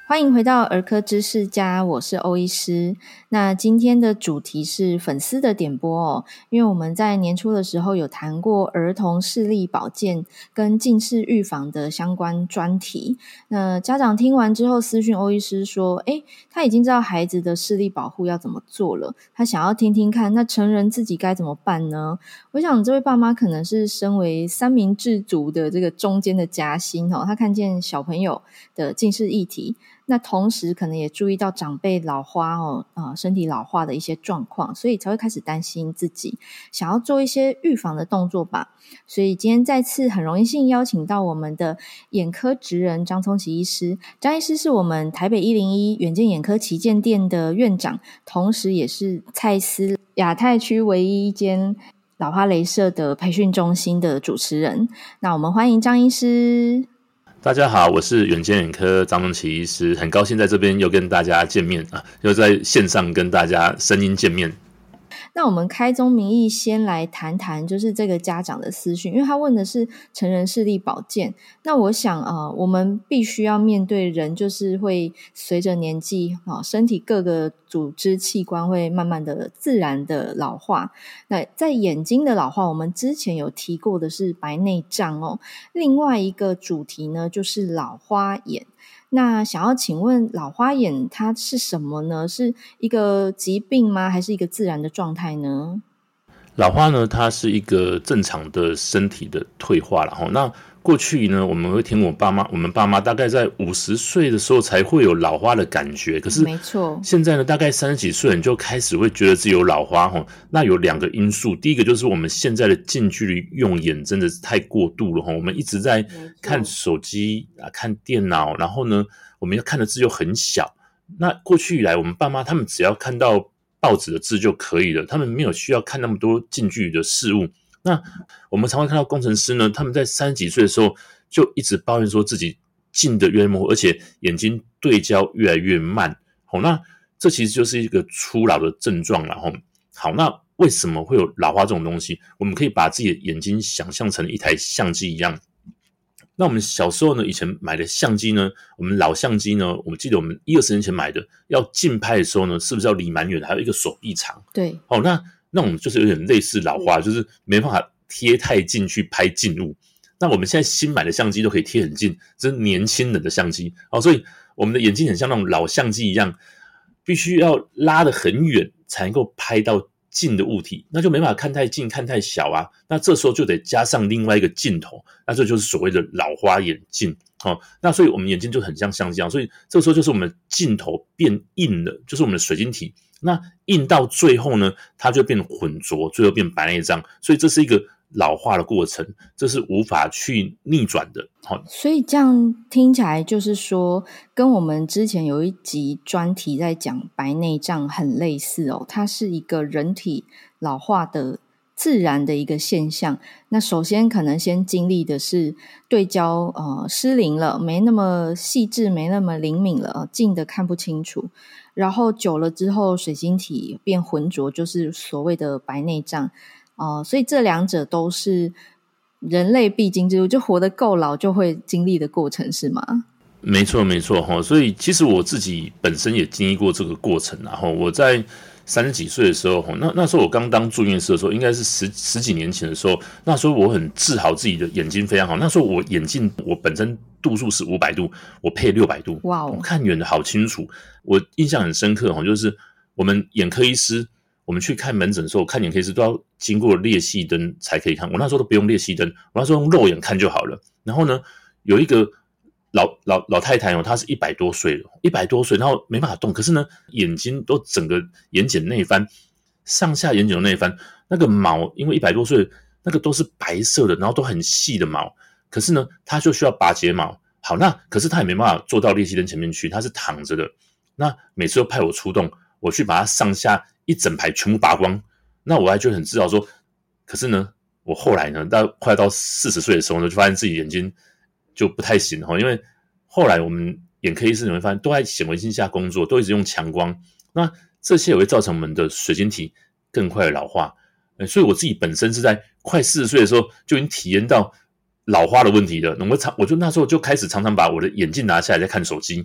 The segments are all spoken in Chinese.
欢迎回到儿科知识家，我是欧医师。那今天的主题是粉丝的点播哦，因为我们在年初的时候有谈过儿童视力保健跟近视预防的相关专题。那家长听完之后私讯欧医师说，他已经知道孩子的视力保护要怎么做了，他想要听听看，那成人自己该怎么办呢？我想这位爸妈可能是身为三明治族的这个中间的夹心哦，他看见小朋友的近视议题，那同时可能也注意到长辈老花身体老化的一些状况，所以才会开始担心自己，想要做一些预防的动作吧。所以今天再次很荣幸邀请到我们的眼科职人张聪奇医师。张医师是我们台北101远见眼科旗舰店的院长，同时也是蔡司亚太区唯一一间老花雷射的培训中心的主持人。那我们欢迎张医师。 大家好，我是远见眼科张聪奇医师，很高兴在这边又跟大家见面啊，又在线上跟大家声音见面。 那我们开宗明义先来谈谈就是这个家长的私讯，因为他问的是成人视力保健。那我想我们必须要面对人就是会随着年纪身体各个组织器官会慢慢的自然的老化。那在眼睛的老化，我们之前有提过的是白内障哦。另外一个主题呢就是老花眼。那想要请问老花眼它是什么呢？是一个疾病吗？还是一个自然的状态呢？ 老花呢，它是一个正常的身体的退化啦。那过去呢，我们会听我们爸妈大概在50岁的时候才会有老花的感觉，可是没错， 现在呢，大概30几岁你就开始会觉得自己有老花。那有2个因素，第一个就是我们现在的近距离用眼真的是太过度了，我们一直在看手机看电脑，然后呢我们要看的字又很小。那过去以来我们爸妈他们只要看到报纸的字就可以了，他们没有需要看那么多近距离的事物。那我们常会看到工程师呢，他们在30几岁的时候就一直抱怨说自己近的越来越模糊，而且眼睛对焦越来越慢。那这其实就是一个初老的症状啦。好，那为什么会有老花这种东西？我们可以把自己的眼睛想象成一台相机一样。那我们小时候呢，以前买的相机呢，我们老相机呢，我们记得我们10-20年前买的，要近拍的时候呢，是不是要离蛮远的，还有一个手臂长？ 对。 那种就是有点类似老花，就是没办法贴太近去拍近物。那我们现在新买的相机都可以贴很近，这是年轻人的相机。所以我们的眼睛很像那种老相机一样，必须要拉得很远才能够拍到近的物体，那就没办法看太近看太小啊。那这时候就得加上另外一个镜头，那这就是所谓的老花眼镜。那所以我们眼睛就很像相机一样，所以这个时候就是我们镜头变硬了，就是我们的水晶体。那硬到最后呢，它就变混浊，最后变白内障。所以这是一个老化的过程，这是无法去逆转的。 所以这样听起来就是说，跟我们之前有一集专题在讲白内障很类似哦，它是一个人体老化的自然的一个现象。那首先可能先经历的是对焦失灵了，没那么细致，没那么灵敏了，近的看不清楚。然后久了之后水晶体变浑浊，就是所谓的白内障。所以这两者都是人类必经之路，就活得够老就会经历的过程，是吗？ 没错没错。所以其实我自己本身也经历过这个过程。然后我在30几岁的时候，那时候我刚当住院医师的时候，应该是十几年前的时候，那时候我很自豪自己的眼睛非常好。那时候我眼镜我本身度数是500度，我配600度， 哇哦， 我看远的好清楚。我印象很深刻，就是我们眼科医师，我们去看门诊的时候，看眼科医师都要经过裂隙灯才可以看。我那时候都不用裂隙灯，我那时候用肉眼看就好了。然后呢，有一个老太太她是100多岁了，100多岁，然后没办法动，可是呢，眼睛都整个眼睑内翻，上下眼睑内翻，那个毛因为100多岁，那个都是白色的，然后都很细的毛，可是呢，她就需要拔睫毛。好，那可是她也没办法坐到裂隙灯前面去，她是躺着的。那每次都派我出动，我去把它上下一整排全部拔光。那我还就很自豪说，可是呢，我后来呢，快到40岁的时候呢，就发现自己眼睛就不太行，因为后来我们眼科医师你会发现都在显微镜下工作，都一直用强光，那这些也会造成我们的水晶体更快的老化。所以我自己本身是在快40岁的时候就已经体验到老花的问题了。我就那时候就开始常常把我的眼镜拿下来在看手机。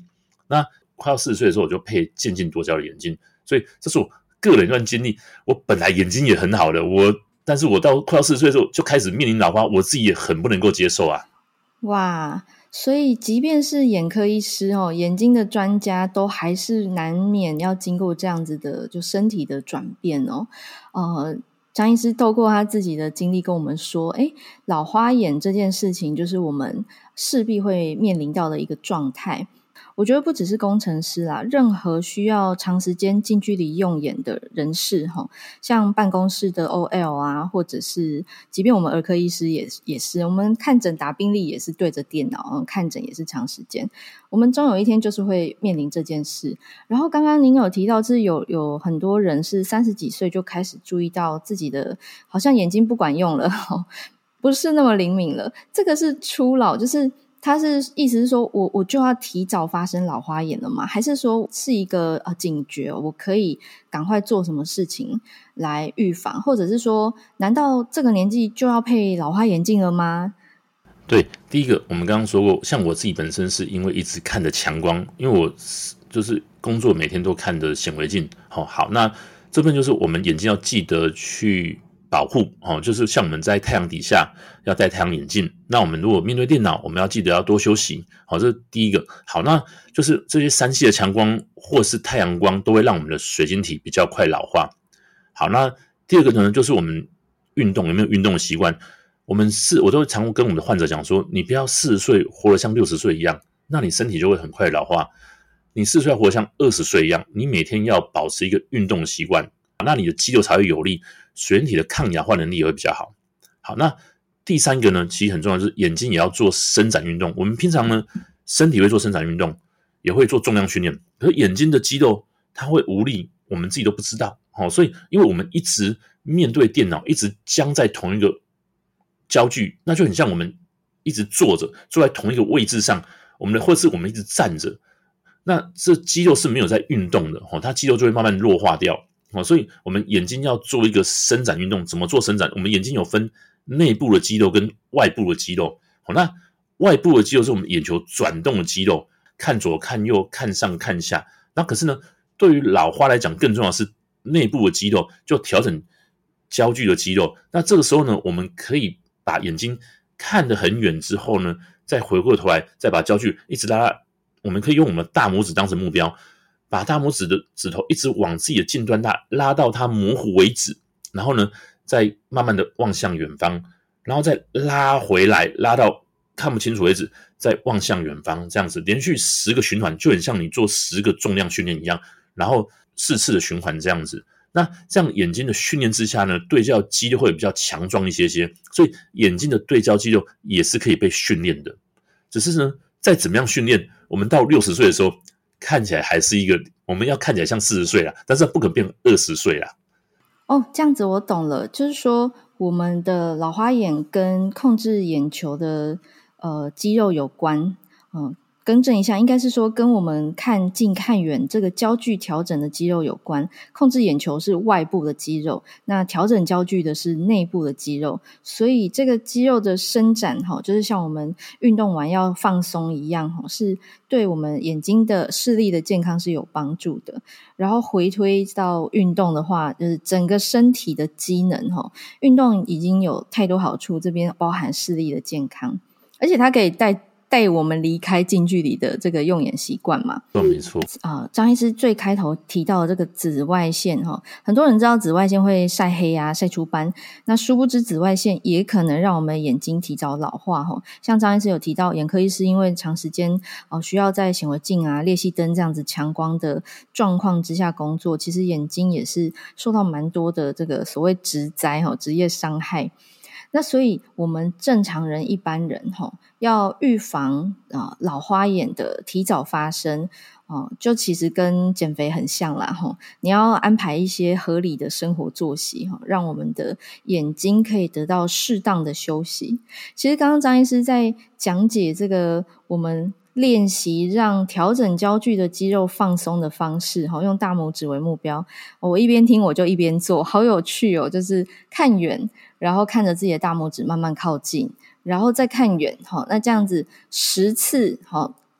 那快要40岁的时候，我就配渐进多焦的眼镜，所以这是我个人一段经历。我本来眼睛也很好的，但是我到快要40岁的时候就开始面临老花，我自己也很不能够接受啊。 哇，所以即便是眼科医师眼睛的专家都还是难免要经过这样子的就身体的转变张医师透过他自己的经历跟我们说，老花眼这件事情就是我们势必会面临到的一个状态。我觉得不只是工程师啦，任何需要长时间近距离用眼的人士像办公室的 OL 啊，或者是即便我们儿科医师也是，我们看诊打病历也是对着电脑看诊也是长时间，我们终有一天就是会面临这件事。然后刚刚您有提到是有很多人是30几岁就开始注意到自己的好像眼睛不管用了不是那么灵敏了，这个是初老，就是他是意思是说我就要提早发生老花眼了吗？还是说是一个警觉，我可以赶快做什么事情来预防？或者是说难道这个年纪就要配老花眼镜了吗？ 对，第一个我们刚刚说过，像我自己本身是因为一直看的强光，因为我就是工作每天都看的显微镜好，那这边就是我们眼睛要记得去保护就是像我们在太阳底下要戴太阳眼镜，那我们如果面对电脑，我们要记得要多休息这是第一个。好，那就是这些3C的强光或是太阳光都会让我们的水晶体比较快老化。好，那第二个呢，就是我们运动有没有运动的习惯。我都常跟我们的患者讲说，你不要40岁活得像60岁一样，那你身体就会很快老化。你40岁要活得像20岁一样，你每天要保持一个运动的习惯，那你的肌肉才会有力，水晶体的抗氧化能力也会比较好。好，那第三个呢，其实很重要，就是眼睛也要做伸展运动。我们平常呢，身体会做伸展运动，也会做重量训练，可是眼睛的肌肉它会无力，我们自己都不知道。所以因为我们一直面对电脑，一直僵在同一个焦距，那就很像我们一直坐在同一个位置上，或是我们一直站着，那这肌肉是没有在运动的它肌肉就会慢慢弱化掉所以我们眼睛要做一个伸展运动。怎么做伸展？我们眼睛有分内部的肌肉跟外部的肌肉那外部的肌肉是我们眼球转动的肌肉，看左看右看上看下。那可是呢，对于老花来讲，更重要的是内部的肌肉，就调整焦距的肌肉。那这个时候呢，我们可以把眼睛看得很远之后呢，再回过头来，再把焦距一直拉，我们可以用我们大拇指当成目标，把大拇指的指头一直往自己的近端拉到它模糊为止，然后呢，再慢慢的望向远方，然后再拉回来，拉到看不清楚为止，再望向远方，这样子连续10个循环，就很像你做10个重量训练一样，然后4次的循环这样子。那这样眼睛的训练之下呢，对焦肌肉会比较强壮一些，所以眼睛的对焦肌肉也是可以被训练的。只是呢，再怎么样训练，我们到60岁的时候，看起来还是我们要看起来像40岁啦，但是不可能变20岁啦。 这样子我懂了，就是说我们的老花眼跟控制眼球的肌肉有关。更正一下，应该是说跟我们看近看远这个焦距调整的肌肉有关，控制眼球是外部的肌肉，那调整焦距的是内部的肌肉。所以这个肌肉的伸展就是像我们运动完要放松一样，是对我们眼睛的视力的健康是有帮助的。然后回推到运动的话，就是整个身体的机能运动已经有太多好处，这边包含视力的健康，而且它可以带我们离开近距离的这个用眼习惯嘛。 没错张医师最开头提到的这个紫外线很多人知道紫外线会晒黑啊，晒出斑，那殊不知紫外线也可能让我们眼睛提早老化像张医师有提到，眼科医师因为长时间需要在显微镜啊、裂隙灯这样子强光的状况之下工作，其实眼睛也是受到蛮多的这个所谓职灾职业伤害。那所以我们正常人一般人要预防老花眼的提早发生就其实跟减肥很像啦你要安排一些合理的生活作息让我们的眼睛可以得到适当的休息。其实刚刚张医师在讲解这个我们练习让调整焦距的肌肉放松的方式用大拇指为目标，我一边听我就一边做，好有趣就是看远，然后看着自己的大拇指慢慢靠近，然后再看远那这样子10次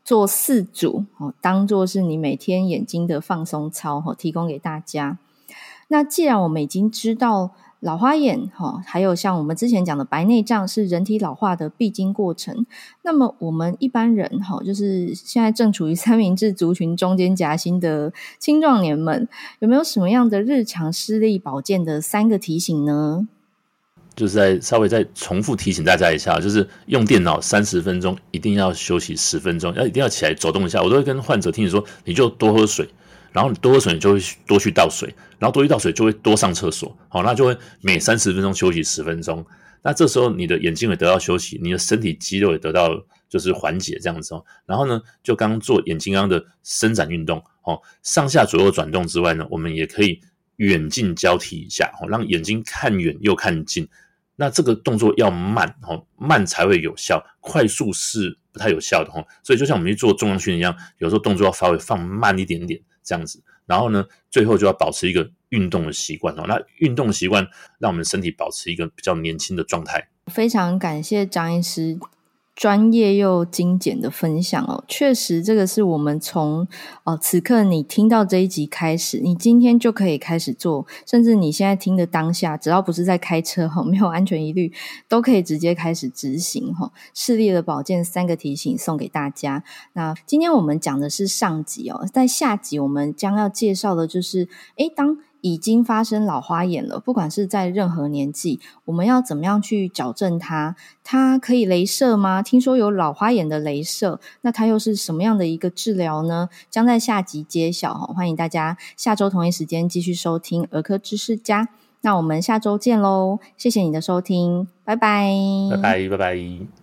做4组当做是你每天眼睛的放松操提供给大家。那既然我们已经知道老花眼还有像我们之前讲的白内障是人体老化的必经过程，那么我们一般人就是现在正处于三明治族群中间夹心的青壮年们，有没有什么样的日常视力保健的3个提醒呢？ 就是稍微再重复提醒大家一下，就是用电脑30分钟一定要休息10分钟，一定要起来走动一下。我都会跟患者听你说，你就多喝水，然后你多喝水你就会多去倒水，然后多去倒水就会多上厕所，那就会每30分钟休息10分钟。那这时候你的眼睛会得到休息，你的身体肌肉也得到就是缓解这样子然后呢，就刚做眼睛的伸展运动上下左右转动之外呢，我们也可以远近交替一下让眼睛看远又看近。那这个动作要慢慢才会有效，快速是不太有效的所以就像我们去做重量训练一样，有时候动作要稍微放慢一点点这样子。然后呢，最后就要保持一个运动的习惯那运动的习惯让我们身体保持一个比较年轻的状态。 非常感谢张医师专业又精简的分享确实这个是我们从此刻你听到这一集开始，你今天就可以开始做，甚至你现在听的当下，只要不是在开车没有安全疑虑，都可以直接开始执行视力的保健3个提醒送给大家。那今天我们讲的是上集在下集我们将要介绍的就是当已经发生老花眼了，不管是在任何年纪，我们要怎么样去矫正它？它可以雷射吗？听说有老花眼的雷射，那它又是什么样的一个治疗呢？将在下集揭晓欢迎大家下周同一时间继续收听儿科知识家。那我们下周见咯，谢谢你的收听，拜拜， 拜拜，拜拜。